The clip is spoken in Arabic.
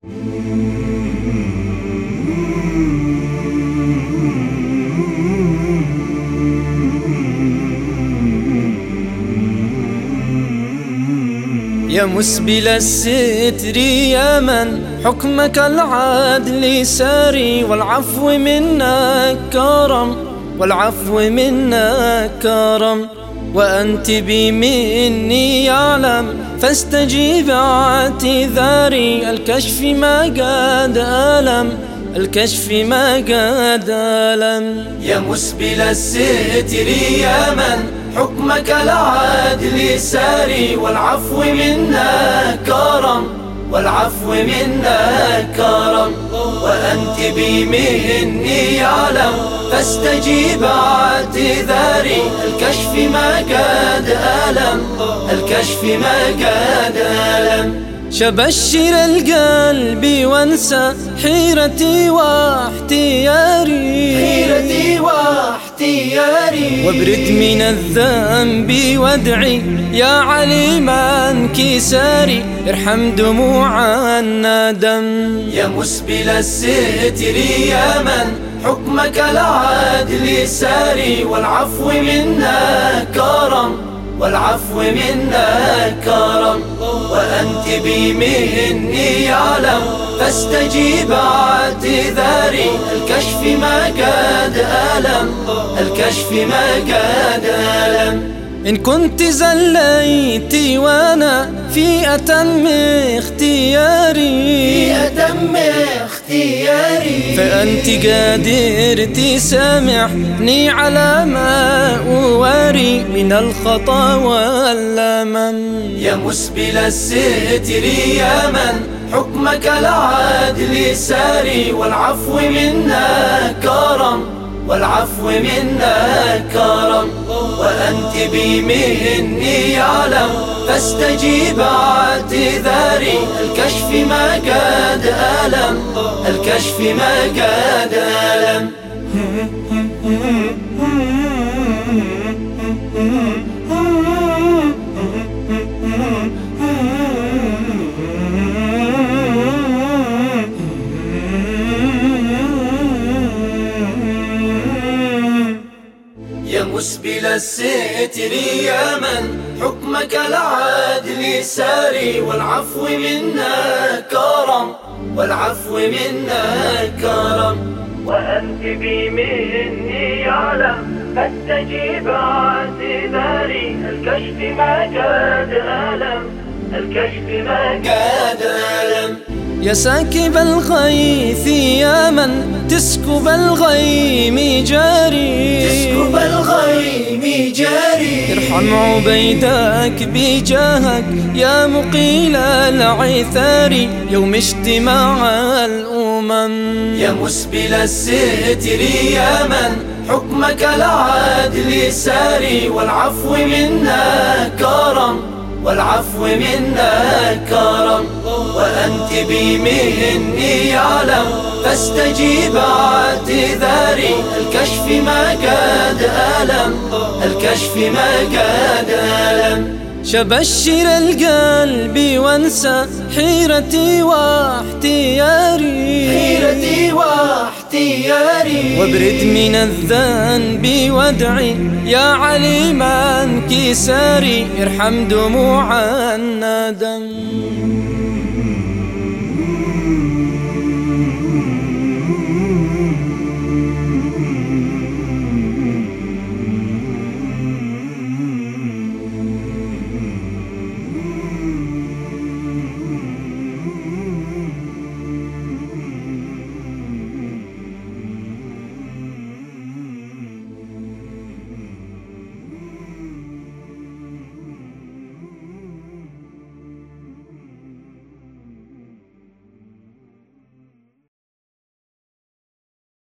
يا مسبل الستر يا من حكمك العدل ساري، والعفو منك كرم، والعفو منك كرم، وأنت بمني يعلم فاستجيب اعتذاري. الكشف ما قد ألم، الكشف ما قد ألم. يا مسبل الستر يا من حكمك العدل ساري، والعفو منك كرم، والعفو منك كرم، وأنت بمني يعلم فاستجيب اعتذاري. الكشف ما قد ألم، الكشف ما قد ألم. شبشر القلب وانسى حيرتي واحتياري، حيرتي واحتياري، وابرد من الذنب وادعي يا عليم انكساري. ارحم دموع الندم. يا مسبل الستر يا من حكمك العدل ساري، والعفو منك كرم، والعفو منك كرم، وأنت بمني يعلم فاستجيب اعتذاري. الكشف ما قد ألم، الكشف ما قد ألم. إن كنت زليت وأنا في أتم اختياري، في أتم اختياري، فأنت قادر تسامحني على ما أواري من الخطا واللمم. يا مسبل الستر يا من حكمك العدل ساري، والعفو منك كرم، والعفو منك كرم، وأنت بمني يعلم فاستجيب اعتذاري. الكشف ما قد ألم، الكشف ما قد ألم. يا مسبل الستر يا من حكمك العدل ساري، والعفو منك كرم، والعفو منك كرم، وأنت بمني يعلم فاستجيب اعتذاري. الكشف ما قد ألم، الكشف ما قد ألم. يا ساكب الغيث يا من تسكب الغيم جاري، تسكب الغيم جاري، ارحم عبيدك بجاهك يا مقيل العثار يوم اجتماع الأمم. يا مسبل الستر يا من حكمك العدل ساري، والعفو منك كرم، والعفو منك كرم، وأنت بمني يعلم فاستجيب اعتذاري. الكشف ما قد ألم، الكشف ما قد ألم. شبشر القلب وانسى حيرتي واحتياري، حيرتي واحتياري، وابرد من الذنب وادعي يا عليم انكساري. ارحم دموع الندم.